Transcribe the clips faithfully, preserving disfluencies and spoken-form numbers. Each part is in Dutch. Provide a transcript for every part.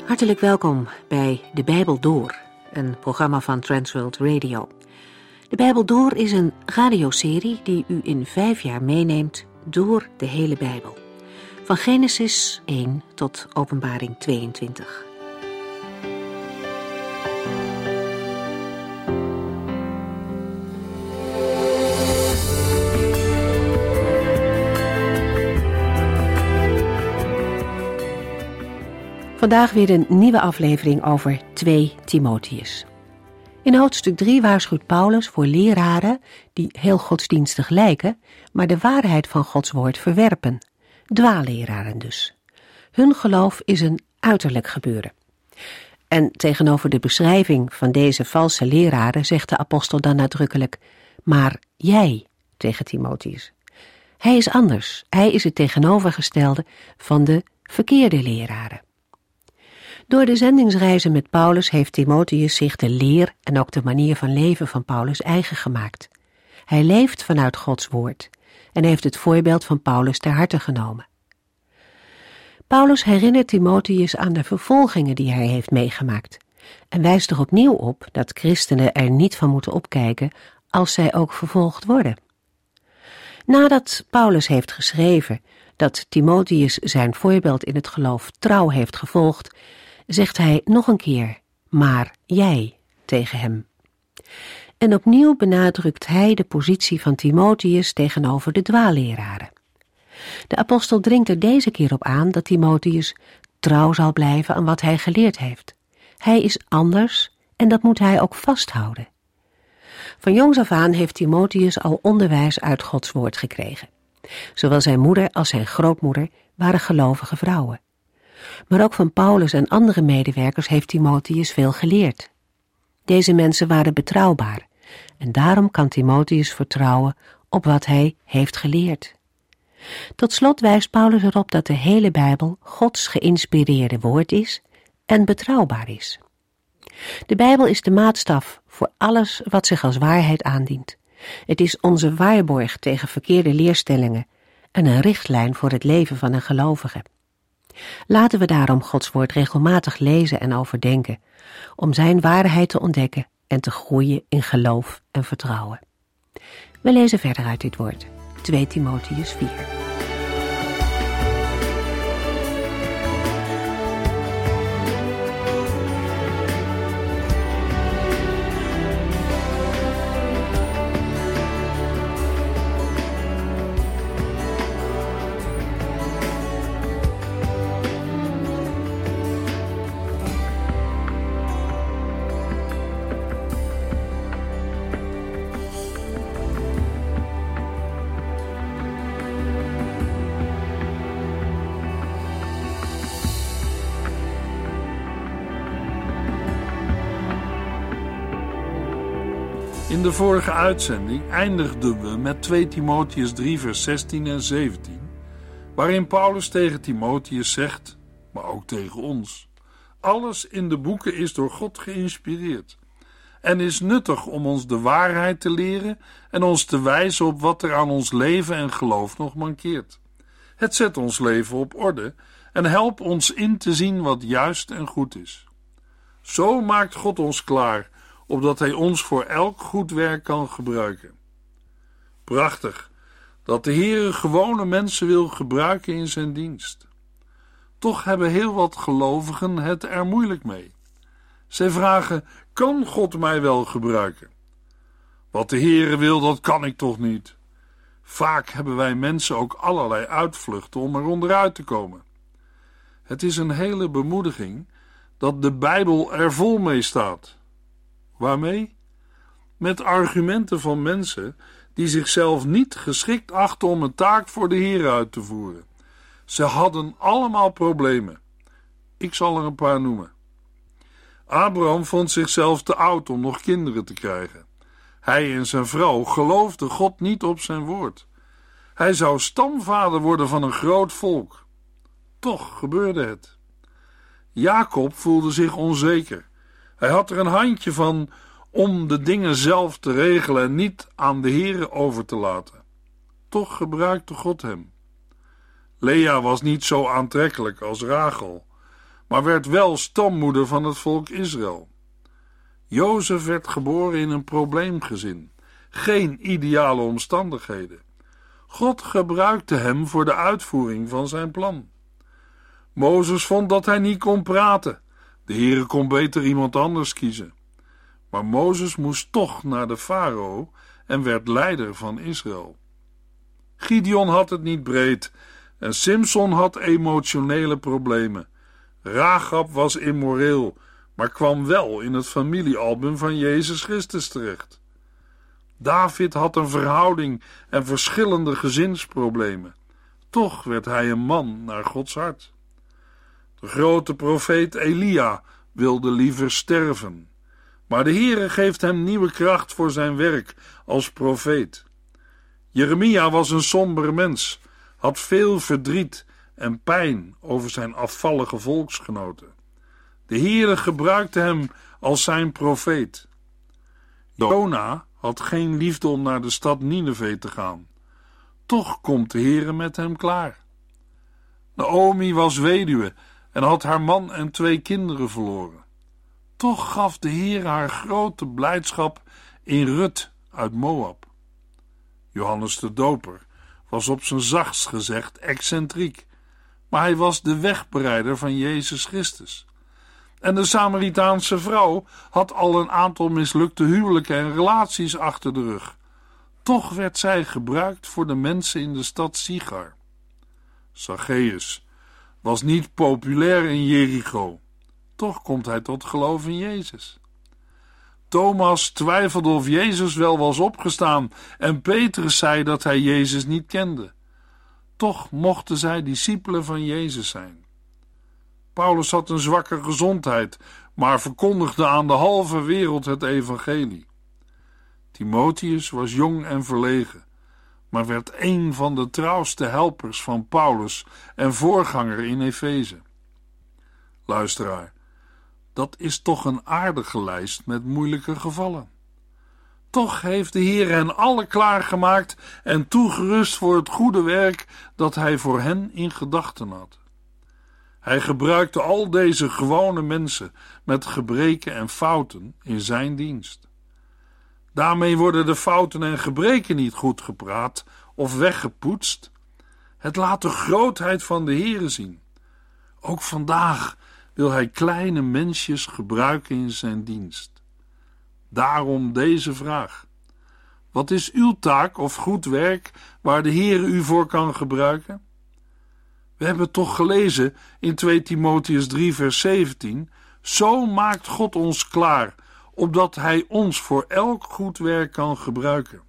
Hartelijk welkom bij De Bijbel Door, een programma van Transworld Radio. De Bijbel Door is een radioserie die u in vijf jaar meeneemt door de hele Bijbel. Van Genesis één tot Openbaring tweeëntwintig. Vandaag weer een nieuwe aflevering over twee Timotheus. In hoofdstuk drie waarschuwt Paulus voor leraren die heel godsdienstig lijken, maar de waarheid van Gods woord verwerpen. Dwaalleraren dus. Hun geloof is een uiterlijk gebeuren. En tegenover de beschrijving van deze valse leraren zegt de apostel dan nadrukkelijk, maar jij tegen Timotheus. Hij is anders. Hij is het tegenovergestelde van de verkeerde leraren. Door de zendingsreizen met Paulus heeft Timotheus zich de leer en ook de manier van leven van Paulus eigen gemaakt. Hij leeft vanuit Gods woord en heeft het voorbeeld van Paulus ter harte genomen. Paulus herinnert Timotheus aan de vervolgingen die hij heeft meegemaakt en wijst er opnieuw op dat christenen er niet van moeten opkijken als zij ook vervolgd worden. Nadat Paulus heeft geschreven dat Timotheus zijn voorbeeld in het geloof trouw heeft gevolgd, zegt hij nog een keer, maar jij tegen hem. En opnieuw benadrukt hij de positie van Timotheus tegenover de dwaalleraren. De apostel dringt er deze keer op aan dat Timotheus trouw zal blijven aan wat hij geleerd heeft. Hij is anders en dat moet hij ook vasthouden. Van jongs af aan heeft Timotheus al onderwijs uit Gods woord gekregen. Zowel zijn moeder als zijn grootmoeder waren gelovige vrouwen. Maar ook van Paulus en andere medewerkers heeft Timotheus veel geleerd. Deze mensen waren betrouwbaar en daarom kan Timotheus vertrouwen op wat hij heeft geleerd. Tot slot wijst Paulus erop dat de hele Bijbel Gods geïnspireerde woord is en betrouwbaar is. De Bijbel is de maatstaf voor alles wat zich als waarheid aandient. Het is onze waarborg tegen verkeerde leerstellingen en een richtlijn voor het leven van een gelovige. Laten we daarom Gods woord regelmatig lezen en overdenken, om zijn waarheid te ontdekken en te groeien in geloof en vertrouwen. We lezen verder uit dit woord, twee Timotheus vier. In de vorige uitzending eindigden we met twee Timotheus drie vers zestien en zeventien, waarin Paulus tegen Timotheus zegt, maar ook tegen ons, alles in de boeken is door God geïnspireerd en is nuttig om ons de waarheid te leren en ons te wijzen op wat er aan ons leven en geloof nog mankeert. Het zet ons leven op orde en helpt ons in te zien wat juist en goed is. Zo maakt God ons klaar, opdat hij ons voor elk goed werk kan gebruiken. Prachtig, dat de Heere gewone mensen wil gebruiken in zijn dienst. Toch hebben heel wat gelovigen het er moeilijk mee. Zij vragen, kan God mij wel gebruiken? Wat de Heere wil, dat kan ik toch niet? Vaak hebben wij mensen ook allerlei uitvluchten om er onderuit te komen. Het is een hele bemoediging dat de Bijbel er vol mee staat. Waarmee? Met argumenten van mensen die zichzelf niet geschikt achten om een taak voor de Heer uit te voeren. Ze hadden allemaal problemen. Ik zal er een paar noemen. Abraham vond zichzelf te oud om nog kinderen te krijgen. Hij en zijn vrouw geloofden God niet op zijn woord. Hij zou stamvader worden van een groot volk. Toch gebeurde het. Jacob voelde zich onzeker. Hij had er een handje van om de dingen zelf te regelen en niet aan de Heere over te laten. Toch gebruikte God hem. Lea was niet zo aantrekkelijk als Rachel, maar werd wel stammoeder van het volk Israël. Jozef werd geboren in een probleemgezin, geen ideale omstandigheden. God gebruikte hem voor de uitvoering van zijn plan. Mozes vond dat hij niet kon praten. De Heere kon beter iemand anders kiezen. Maar Mozes moest toch naar de farao en werd leider van Israël. Gideon had het niet breed en Simson had emotionele problemen. Rahab was immoreel, maar kwam wel in het familiealbum van Jezus Christus terecht. David had een verhouding en verschillende gezinsproblemen. Toch werd hij een man naar Gods hart. De grote profeet Elia wilde liever sterven, maar de Heere geeft hem nieuwe kracht voor zijn werk als profeet. Jeremia was een somber mens, had veel verdriet en pijn over zijn afvallige volksgenoten. De Heere gebruikte hem als zijn profeet. Jona had geen liefde om naar de stad Nineve te gaan. Toch komt de Heere met hem klaar. Naomi was weduwe en had haar man en twee kinderen verloren. Toch gaf de Heere haar grote blijdschap in Rut uit Moab. Johannes de Doper was op zijn zachtst gezegd excentriek, maar hij was de wegbereider van Jezus Christus. En de Samaritaanse vrouw had al een aantal mislukte huwelijken en relaties achter de rug. Toch werd zij gebruikt voor de mensen in de stad Sigar. Zacchaeus was niet populair in Jericho. Toch komt hij tot geloof in Jezus. Thomas twijfelde of Jezus wel was opgestaan en Petrus zei dat hij Jezus niet kende. Toch mochten zij discipelen van Jezus zijn. Paulus had een zwakke gezondheid, maar verkondigde aan de halve wereld het evangelie. Timotheus was jong en verlegen, maar werd een van de trouwste helpers van Paulus en voorganger in Efeze. Luisteraar, dat is toch een aardige lijst met moeilijke gevallen. Toch heeft de Heer hen alle klaargemaakt en toegerust voor het goede werk dat hij voor hen in gedachten had. Hij gebruikte al deze gewone mensen met gebreken en fouten in zijn dienst. Daarmee worden de fouten en gebreken niet goed gepraat of weggepoetst. Het laat de grootheid van de Heere zien. Ook vandaag wil hij kleine mensjes gebruiken in zijn dienst. Daarom deze vraag. Wat is uw taak of goed werk waar de Heere u voor kan gebruiken? We hebben toch gelezen in twee Timotheus drie vers zeventien, zo maakt God ons klaar, opdat hij ons voor elk goed werk kan gebruiken.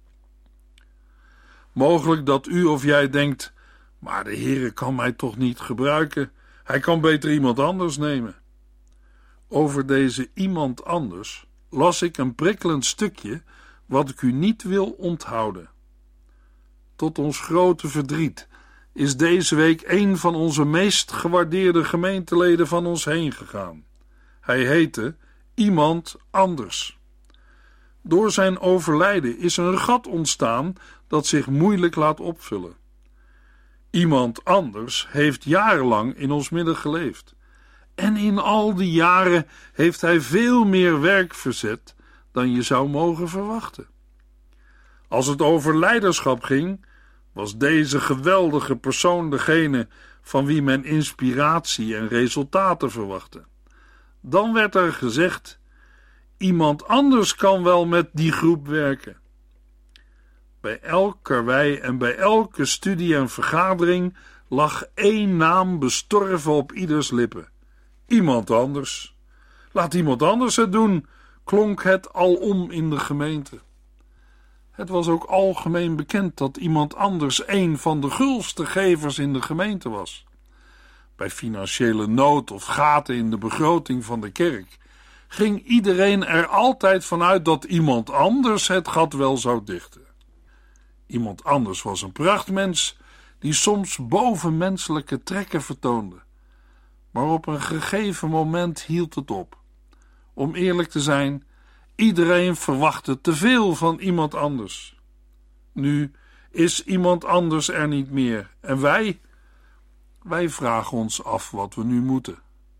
Mogelijk dat u of jij denkt, maar de Heere kan mij toch niet gebruiken, hij kan beter iemand anders nemen. Over deze iemand anders las ik een prikkelend stukje wat ik u niet wil onthouden. Tot ons grote verdriet is deze week een van onze meest gewaardeerde gemeenteleden van ons heen gegaan. Hij heette Iemand Anders. Door zijn overlijden is er een gat ontstaan dat zich moeilijk laat opvullen. Iemand Anders heeft jarenlang in ons midden geleefd. En in al die jaren heeft hij veel meer werk verzet dan je zou mogen verwachten. Als het over leiderschap ging, was deze geweldige persoon degene van wie men inspiratie en resultaten verwachtte. Dan werd er gezegd, iemand anders kan wel met die groep werken. Bij elk karwei en bij elke studie en vergadering lag één naam bestorven op ieders lippen. Iemand anders. Laat iemand anders het doen, klonk het alom in de gemeente. Het was ook algemeen bekend dat iemand anders een van de gulste gevers in de gemeente was. Bij financiële nood of gaten in de begroting van de kerk ging iedereen er altijd vanuit dat iemand anders het gat wel zou dichten. Iemand anders was een prachtmens die soms bovenmenselijke trekken vertoonde. Maar op een gegeven moment hield het op. Om eerlijk te zijn, iedereen verwachtte te veel van iemand anders. Nu is iemand anders er niet meer en wij, wij vragen ons af wat we nu moeten.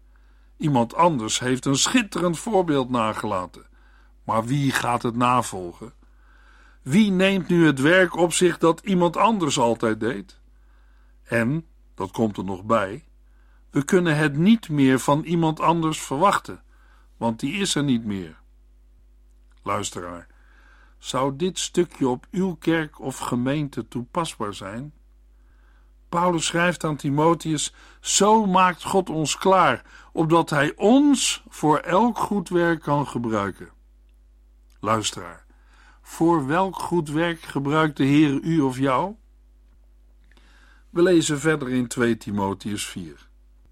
Iemand anders heeft een schitterend voorbeeld nagelaten. Maar wie gaat het navolgen? Wie neemt nu het werk op zich dat iemand anders altijd deed? En, dat komt er nog bij, we kunnen het niet meer van iemand anders verwachten, want die is er niet meer. Luisteraar, zou dit stukje op uw kerk of gemeente toepasbaar zijn? Paulus schrijft aan Timotheus: zo maakt God ons klaar, opdat hij ons voor elk goed werk kan gebruiken. Luisteraar, voor welk goed werk gebruikt de Heer u of jou? We lezen verder in twee Timotheus vier.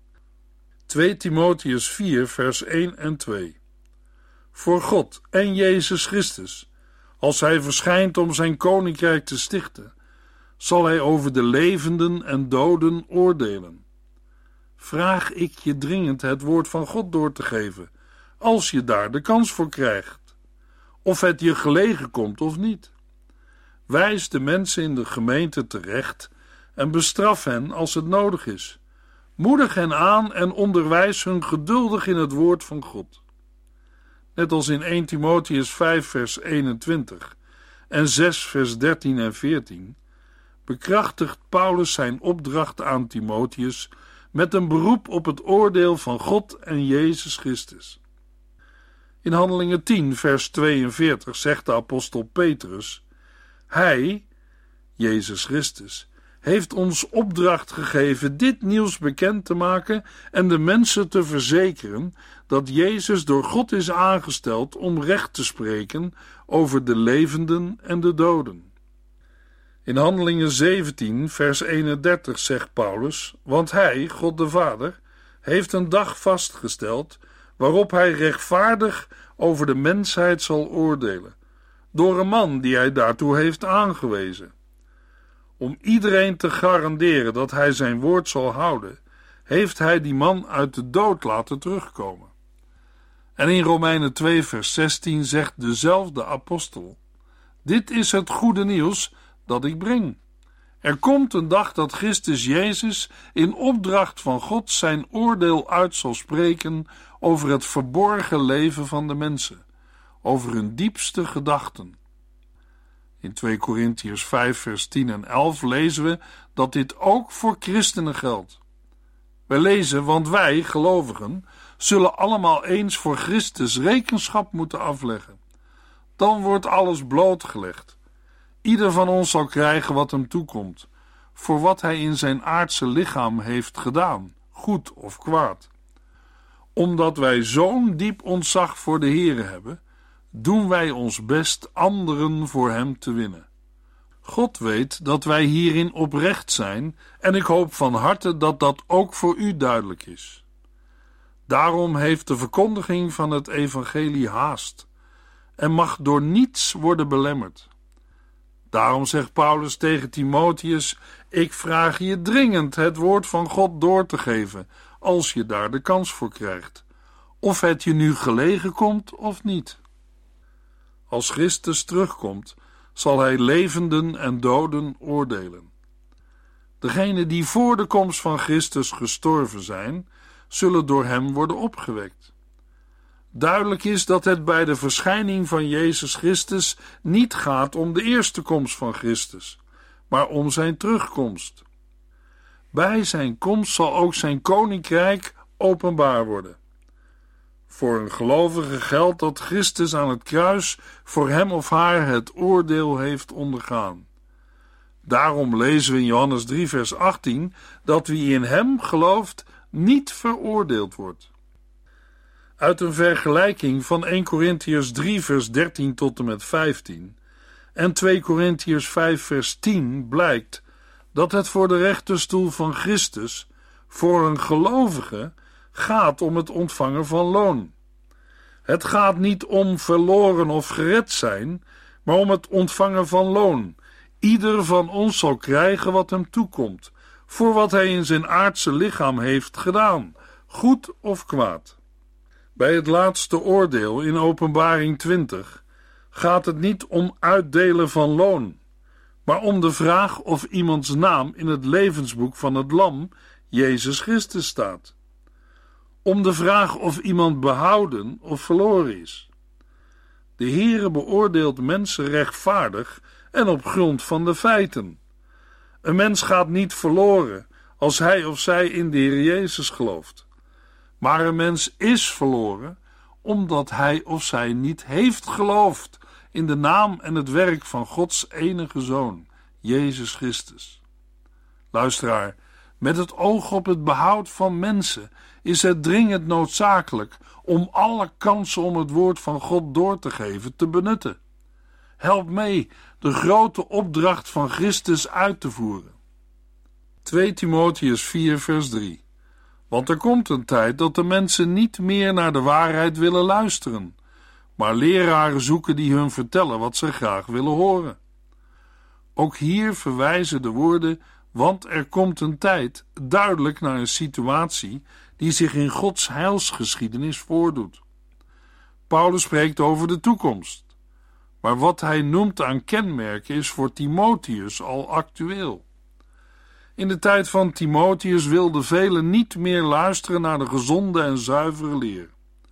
twee Timotheus vier, vers één en twee. Voor God en Jezus Christus, als hij verschijnt om zijn koninkrijk te stichten, zal hij over de levenden en doden oordelen. Vraag ik je dringend het woord van God door te geven, als je daar de kans voor krijgt, of het je gelegen komt of niet. Wijs de mensen in de gemeente terecht en bestraf hen als het nodig is. Moedig hen aan en onderwijs hun geduldig in het woord van God. Net als in eerste Timotheus vijf, vers eenentwintig en zes, vers dertien en veertien, bekrachtigt Paulus zijn opdracht aan Timotheus met een beroep op het oordeel van God en Jezus Christus. In Handelingen tien, vers tweeënveertig zegt de apostel Petrus: Hij, Jezus Christus, heeft ons opdracht gegeven dit nieuws bekend te maken en de mensen te verzekeren dat Jezus door God is aangesteld om recht te spreken over de levenden en de doden. In Handelingen zeventien, vers eenendertig zegt Paulus: want hij, God de Vader, heeft een dag vastgesteld waarop hij rechtvaardig over de mensheid zal oordelen, door een man die hij daartoe heeft aangewezen. Om iedereen te garanderen dat hij zijn woord zal houden, heeft hij die man uit de dood laten terugkomen. En in Romeinen twee, vers zestien zegt dezelfde apostel: dit is het goede nieuws dat ik breng. Er komt een dag dat Christus Jezus in opdracht van God zijn oordeel uit zal spreken over het verborgen leven van de mensen, over hun diepste gedachten. In twee Korintiërs vijf, vers tien en elf lezen we dat dit ook voor christenen geldt. Wij lezen: want wij, gelovigen, zullen allemaal eens voor Christus rekenschap moeten afleggen. Dan wordt alles blootgelegd. Ieder van ons zal krijgen wat hem toekomt, voor wat hij in zijn aardse lichaam heeft gedaan, goed of kwaad. Omdat wij zo'n diep ontzag voor de Here hebben, doen wij ons best anderen voor hem te winnen. God weet dat wij hierin oprecht zijn en ik hoop van harte dat dat ook voor u duidelijk is. Daarom heeft de verkondiging van het evangelie haast en mag door niets worden belemmerd. Daarom zegt Paulus tegen Timotheus: ik vraag je dringend het woord van God door te geven, als je daar de kans voor krijgt, of het je nu gelegen komt of niet. Als Christus terugkomt, zal hij levenden en doden oordelen. Degenen die voor de komst van Christus gestorven zijn, zullen door hem worden opgewekt. Duidelijk is dat het bij de verschijning van Jezus Christus niet gaat om de eerste komst van Christus, maar om zijn terugkomst. Bij zijn komst zal ook zijn koninkrijk openbaar worden. Voor een gelovige geldt dat Christus aan het kruis voor hem of haar het oordeel heeft ondergaan. Daarom lezen we in Johannes drie, vers achttien, dat wie in hem gelooft niet veroordeeld wordt. Uit een vergelijking van eerste Korintiërs drie, vers dertien tot en met vijftien en tweede Korintiërs vijf, vers tien blijkt dat het voor de rechterstoel van Christus voor een gelovige gaat om het ontvangen van loon. Het gaat niet om verloren of gered zijn, maar om het ontvangen van loon. Ieder van ons zal krijgen wat hem toekomt, voor wat hij in zijn aardse lichaam heeft gedaan, goed of kwaad. Bij het laatste oordeel in Openbaring twintig gaat het niet om uitdelen van loon, maar om de vraag of iemands naam in het levensboek van het Lam, Jezus Christus, staat. om de vraag of iemand behouden of verloren is. De Heere beoordeelt mensen rechtvaardig en op grond van de feiten. Een mens gaat niet verloren als hij of zij in de Heer Jezus gelooft. Maar een mens is verloren omdat hij of zij niet heeft geloofd in de naam en het werk van Gods enige Zoon, Jezus Christus. Luisteraar, met het oog op het behoud van mensen is het dringend noodzakelijk om alle kansen om het woord van God door te geven te benutten. Help mee de grote opdracht van Christus uit te voeren. twee Timotheüs vier vers drie. Want er komt een tijd dat de mensen niet meer naar de waarheid willen luisteren, maar leraren zoeken die hun vertellen wat ze graag willen horen. Ook hier verwijzen de woorden want er komt een tijd duidelijk naar een situatie die zich in Gods heilsgeschiedenis voordoet. Paulus spreekt over de toekomst, maar wat hij noemt aan kenmerken is voor Timotheus al actueel. In de tijd van Timotheus wilden velen niet meer luisteren naar de gezonde en zuivere leer.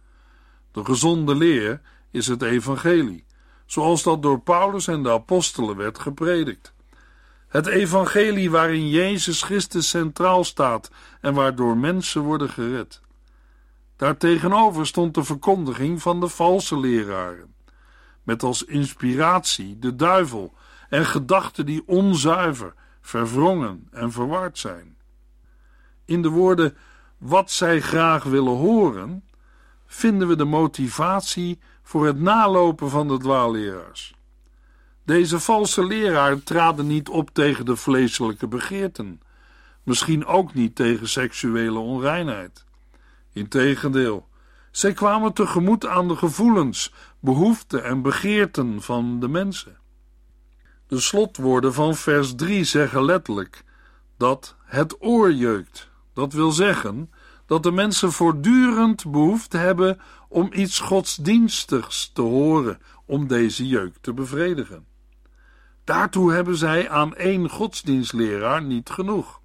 De gezonde leer is het evangelie, zoals dat door Paulus en de apostelen werd gepredikt. Het evangelie waarin Jezus Christus centraal staat en waardoor mensen worden gered. Daartegenover stond de verkondiging van de valse leraren, met als inspiratie de duivel en gedachten die onzuiver, verwrongen en verward zijn. In de woorden wat zij graag willen horen, vinden we de motivatie voor het nalopen van de dwaalleraars. Deze valse leraren traden niet op tegen de vleeselijke begeerten, misschien ook niet tegen seksuele onreinheid. Integendeel, zij kwamen tegemoet aan de gevoelens, behoeften en begeerten van de mensen. De slotwoorden van vers drie zeggen letterlijk dat het oor jeukt. Dat wil zeggen dat de mensen voortdurend behoefte hebben om iets godsdienstigs te horen om deze jeuk te bevredigen. Daartoe hebben zij aan één godsdienstleraar niet genoeg.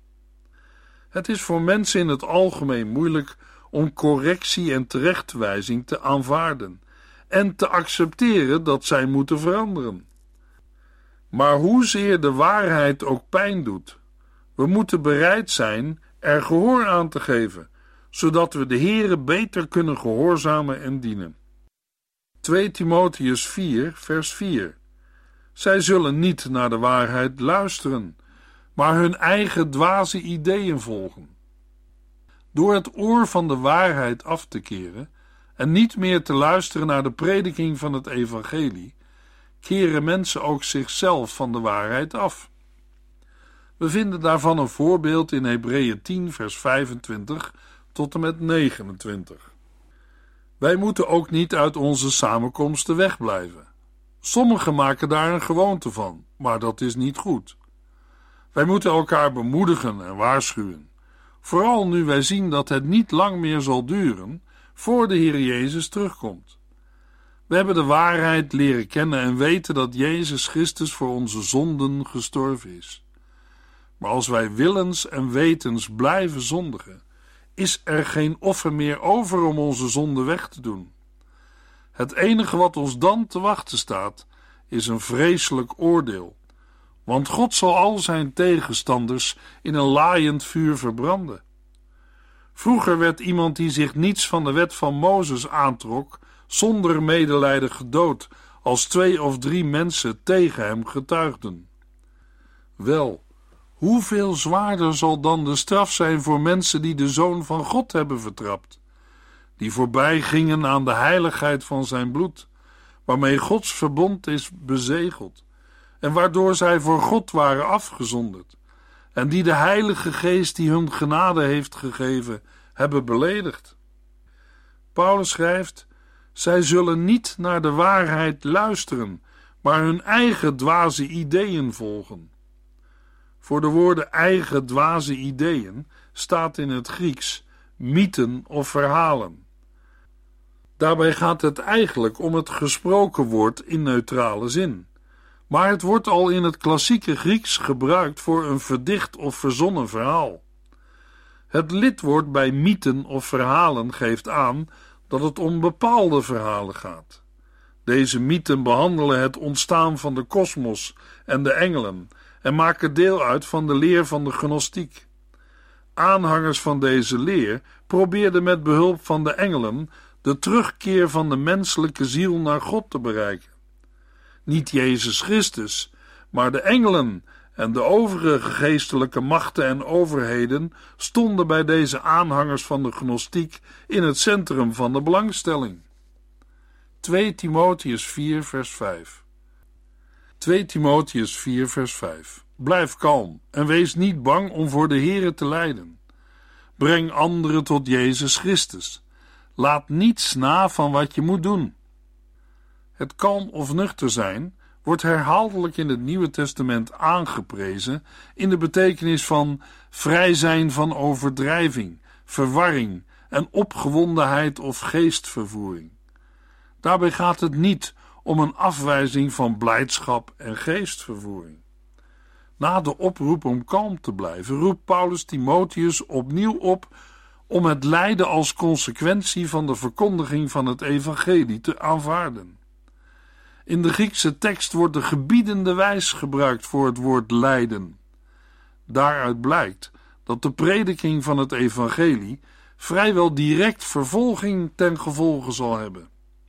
Het is voor mensen in het algemeen moeilijk om correctie en terechtwijzing te aanvaarden en te accepteren dat zij moeten veranderen. Maar hoezeer de waarheid ook pijn doet, we moeten bereid zijn er gehoor aan te geven, zodat we de Heere beter kunnen gehoorzamen en dienen. twee Timotheüs vier vers vier. Zij zullen niet naar de waarheid luisteren, maar hun eigen dwaze ideeën volgen. Door het oor van de waarheid af te keren en niet meer te luisteren naar de prediking van het evangelie, keren mensen ook zichzelf van de waarheid af. We vinden daarvan een voorbeeld in Hebreeën tien vers vijfentwintig tot en met negenentwintig. Wij moeten ook niet uit onze samenkomsten wegblijven. Sommigen maken daar een gewoonte van, maar dat is niet goed. Wij moeten elkaar bemoedigen en waarschuwen, vooral nu wij zien dat het niet lang meer zal duren voor de Heer Jezus terugkomt. We hebben de waarheid leren kennen en weten dat Jezus Christus voor onze zonden gestorven is. Maar als wij willens en wetens blijven zondigen, is er geen offer meer over om onze zonde weg te doen. Het enige wat ons dan te wachten staat, is een vreselijk oordeel, want God zal al zijn tegenstanders in een laaiend vuur verbranden. Vroeger werd iemand die zich niets van de wet van Mozes aantrok, zonder medelijden gedood, als twee of drie mensen tegen hem getuigden. Wel, hoeveel zwaarder zal dan de straf zijn voor mensen die de Zoon van God hebben vertrapt, die voorbij gingen aan de heiligheid van zijn bloed, waarmee Gods verbond is bezegeld, en waardoor zij voor God waren afgezonderd, en die de Heilige Geest die hun genade heeft gegeven, hebben beledigd. Paulus schrijft, zij zullen niet naar de waarheid luisteren, maar hun eigen dwaze ideeën volgen. Voor de woorden eigen dwaze ideeën staat in het Grieks mythen of verhalen. Daarbij gaat het eigenlijk om het gesproken woord in neutrale zin, maar het wordt al in het klassieke Grieks gebruikt voor een verdicht of verzonnen verhaal. Het lidwoord bij mythen of verhalen geeft aan dat het om bepaalde verhalen gaat. Deze mythen behandelen het ontstaan van de kosmos en de engelen en maken deel uit van de leer van de gnostiek. Aanhangers van deze leer probeerden met behulp van de engelen de terugkeer van de menselijke ziel naar God te bereiken. Niet Jezus Christus, maar de engelen en de overige geestelijke machten en overheden stonden bij deze aanhangers van de gnostiek in het centrum van de belangstelling. twee Timotheüs vier vers vijf. twee Timotheüs vier vers vijf. Blijf kalm en wees niet bang om voor de Here te lijden. Breng anderen tot Jezus Christus. Laat niets na van wat je moet doen. Het kalm of nuchter zijn wordt herhaaldelijk in het Nieuwe Testament aangeprezen in de betekenis van vrij zijn van overdrijving, verwarring en opgewondenheid of geestvervoering. Daarbij gaat het niet om een afwijzing van blijdschap en geestvervoering. Na de oproep om kalm te blijven, roept Paulus Timotheus opnieuw op om het lijden als consequentie van de verkondiging van het evangelie te aanvaarden. In de Griekse tekst wordt de gebiedende wijs gebruikt voor het woord lijden. Daaruit blijkt dat de prediking van het evangelie vrijwel direct vervolging ten gevolge zal hebben.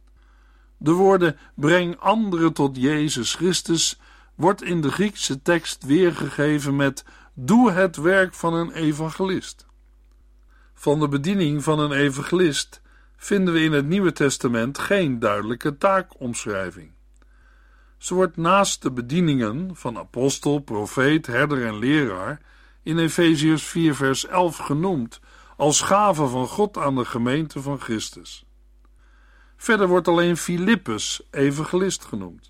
De woorden breng anderen tot Jezus Christus wordt in de Griekse tekst weergegeven met doe het werk van een evangelist. Van de bediening van een evangelist vinden we in het Nieuwe Testament geen duidelijke taakomschrijving. Ze wordt naast de bedieningen van apostel, profeet, herder en leraar in Efeziërs vier vers elf genoemd als gave van God aan de gemeente van Christus. Verder wordt alleen Filippus evangelist genoemd.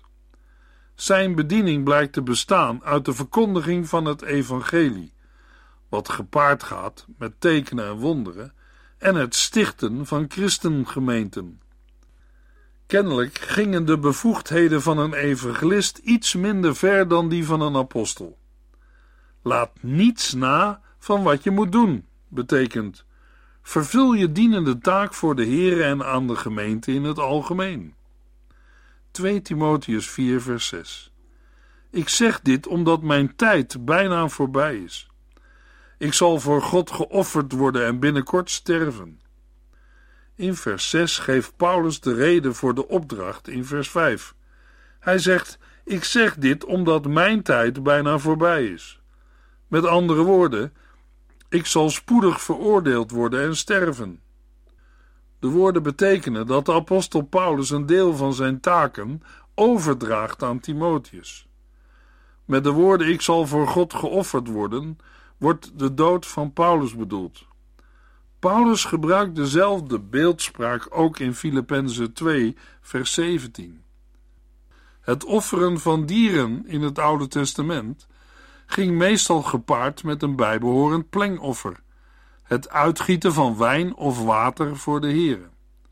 Zijn bediening blijkt te bestaan uit de verkondiging van het evangelie, wat gepaard gaat met tekenen en wonderen en het stichten van christengemeenten. Kennelijk gingen de bevoegdheden van een evangelist iets minder ver dan die van een apostel. Laat niets na van wat je moet doen, betekent vervul je dienende taak voor de Here en aan de gemeente in het algemeen. twee Timotheüs vier vers zes. Ik zeg dit omdat mijn tijd bijna voorbij is. Ik zal voor God geofferd worden en binnenkort sterven. In vers zes geeft Paulus de reden voor de opdracht in vers vijf. Hij zegt, ik zeg dit omdat mijn tijd bijna voorbij is. Met andere woorden, ik zal spoedig veroordeeld worden en sterven. De woorden betekenen dat de apostel Paulus een deel van zijn taken overdraagt aan Timotheus. Met de woorden ik zal voor God geofferd worden, wordt de dood van Paulus bedoeld. Paulus gebruikt dezelfde beeldspraak ook in Filippenzen twee vers zeventien. Het offeren van dieren in het Oude Testament ging meestal gepaard met een bijbehorend plengoffer, het uitgieten van wijn of water voor de Here.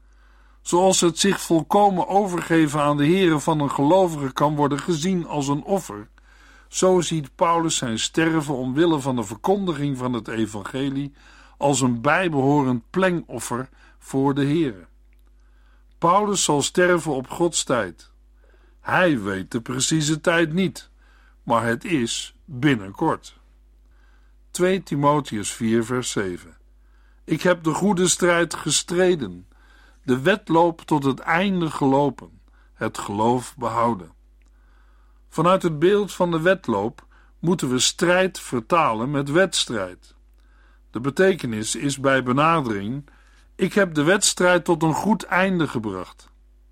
Zoals het zich volkomen overgeven aan de Here van een gelovige kan worden gezien als een offer, zo ziet Paulus zijn sterven omwille van de verkondiging van het evangelie als een bijbehorend plengoffer voor de Here. Paulus zal sterven op Gods tijd. Hij weet de precieze tijd niet, maar het is binnenkort. twee Timotheüs vier vers zeven. Ik heb de goede strijd gestreden, de wedloop tot het einde gelopen, het geloof behouden. Vanuit het beeld van de wedloop moeten we strijd vertalen met wedstrijd. De betekenis is bij benadering, ik heb de wedstrijd tot een goed einde gebracht.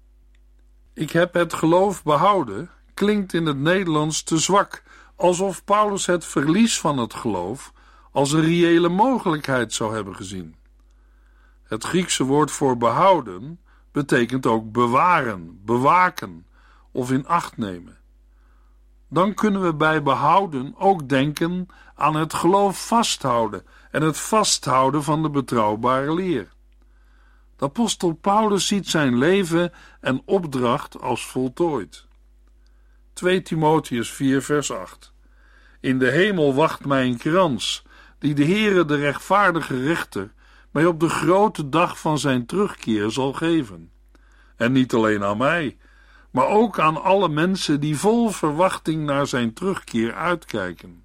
Ik heb het geloof behouden, klinkt in het Nederlands te zwak, alsof Paulus het verlies van het geloof als een reële mogelijkheid zou hebben gezien. Het Griekse woord voor behouden betekent ook bewaren, bewaken of in acht nemen. Dan kunnen we bij behouden ook denken aan het geloof vasthouden en het vasthouden van de betrouwbare leer. De apostel Paulus ziet zijn leven en opdracht als voltooid. twee Timotheüs vier vers acht. In de hemel wacht mij een krans, die de Heere, de rechtvaardige rechter, mij op de grote dag van zijn terugkeer zal geven. En niet alleen aan mij, maar ook aan alle mensen die vol verwachting naar zijn terugkeer uitkijken.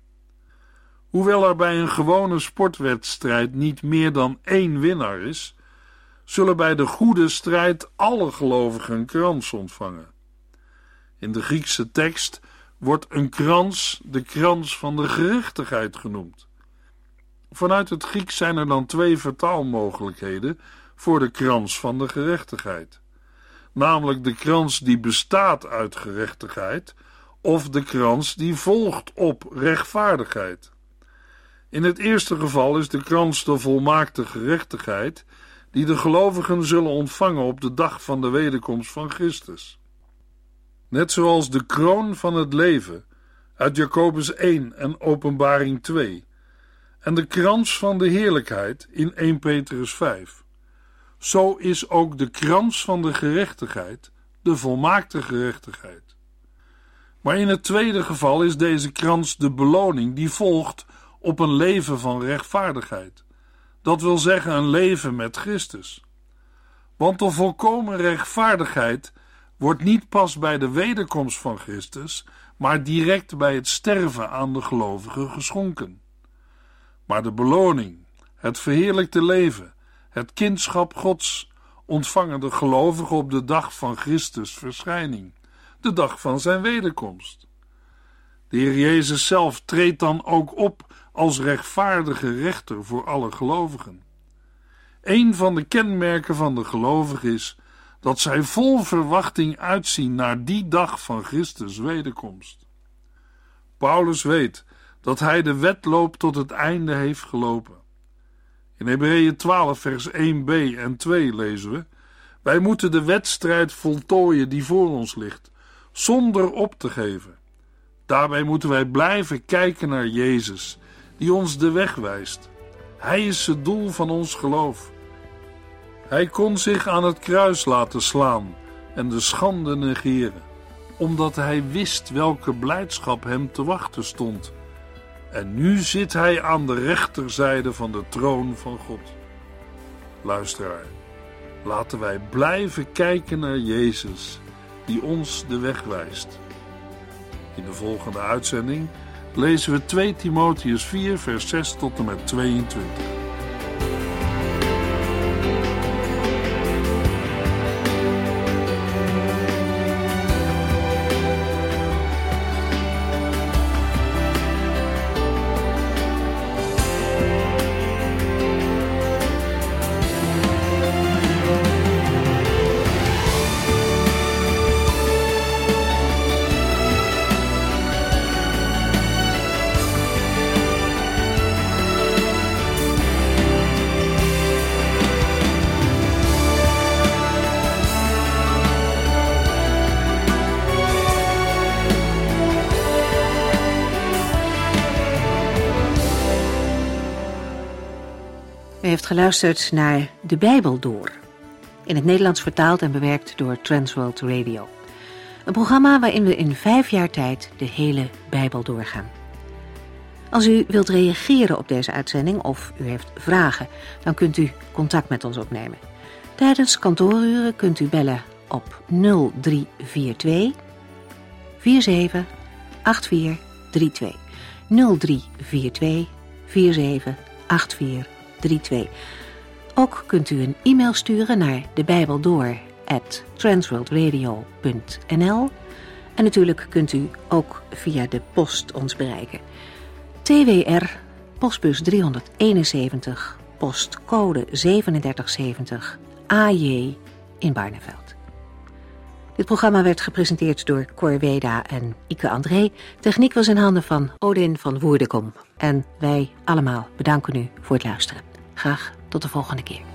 Hoewel er bij een gewone sportwedstrijd niet meer dan één winnaar is, zullen bij de goede strijd alle gelovigen een krans ontvangen. In de Griekse tekst wordt een krans de krans van de gerechtigheid genoemd. Vanuit het Grieks zijn er dan twee vertaalmogelijkheden voor de krans van de gerechtigheid. Namelijk de krans die bestaat uit gerechtigheid of de krans die volgt op rechtvaardigheid. In het eerste geval is de krans de volmaakte gerechtigheid die de gelovigen zullen ontvangen op de dag van de wederkomst van Christus. Net zoals de kroon van het leven uit Jacobus één en Openbaring twee en de krans van de heerlijkheid in eerste Petrus vijf. Zo is ook de krans van de gerechtigheid de volmaakte gerechtigheid. Maar in het tweede geval is deze krans de beloning die volgt op een leven van rechtvaardigheid. Dat wil zeggen een leven met Christus. Want de volkomen rechtvaardigheid wordt niet pas bij de wederkomst van Christus, maar direct bij het sterven aan de gelovigen geschonken. Maar de beloning, het verheerlijkte leven, het kindschap Gods, ontvangen de gelovigen op de dag van Christus' verschijning, de dag van zijn wederkomst. De Heer Jezus zelf treedt dan ook op als rechtvaardige rechter voor alle gelovigen. Een van de kenmerken van de gelovigen is dat zij vol verwachting uitzien naar die dag van Christus' wederkomst. Paulus weet dat hij de wedloop tot het einde heeft gelopen. In Hebreeën twaalf vers één b en twee lezen we: wij moeten de wedstrijd voltooien die voor ons ligt, zonder op te geven. Daarbij moeten wij blijven kijken naar Jezus, die ons de weg wijst. Hij is het doel van ons geloof. Hij kon zich aan het kruis laten slaan en de schande negeren, omdat hij wist welke blijdschap hem te wachten stond. En nu zit hij aan de rechterzijde van de troon van God. Luisteraar, laten wij blijven kijken naar Jezus, die ons de weg wijst. In de volgende uitzending lezen we twee Timotheüs vier vers zes tot en met tweeëntwintig. U heeft geluisterd naar De Bijbel Door, in het Nederlands vertaald en bewerkt door Transworld Radio. Een programma waarin we in vijf jaar tijd de hele Bijbel doorgaan. Als u wilt reageren op deze uitzending of u heeft vragen, dan kunt u contact met ons opnemen. Tijdens kantooruren kunt u bellen op nul drie vier twee vier zeven acht vier drie twee. nul drie vier twee vier zeven acht vier drie twee. Ook kunt u een e-mail sturen naar debijbeldoor at transworldradio punt n l en natuurlijk kunt u ook via de post ons bereiken. T W R, postbus driehonderdeenenzeventig, postcode zevenendertig zeventig, A J in Barneveld. Dit programma werd gepresenteerd door Cor Weda en Ike André. Techniek was in handen van Odin van Woerdekom. En wij allemaal bedanken u voor het luisteren. Graag tot de volgende keer.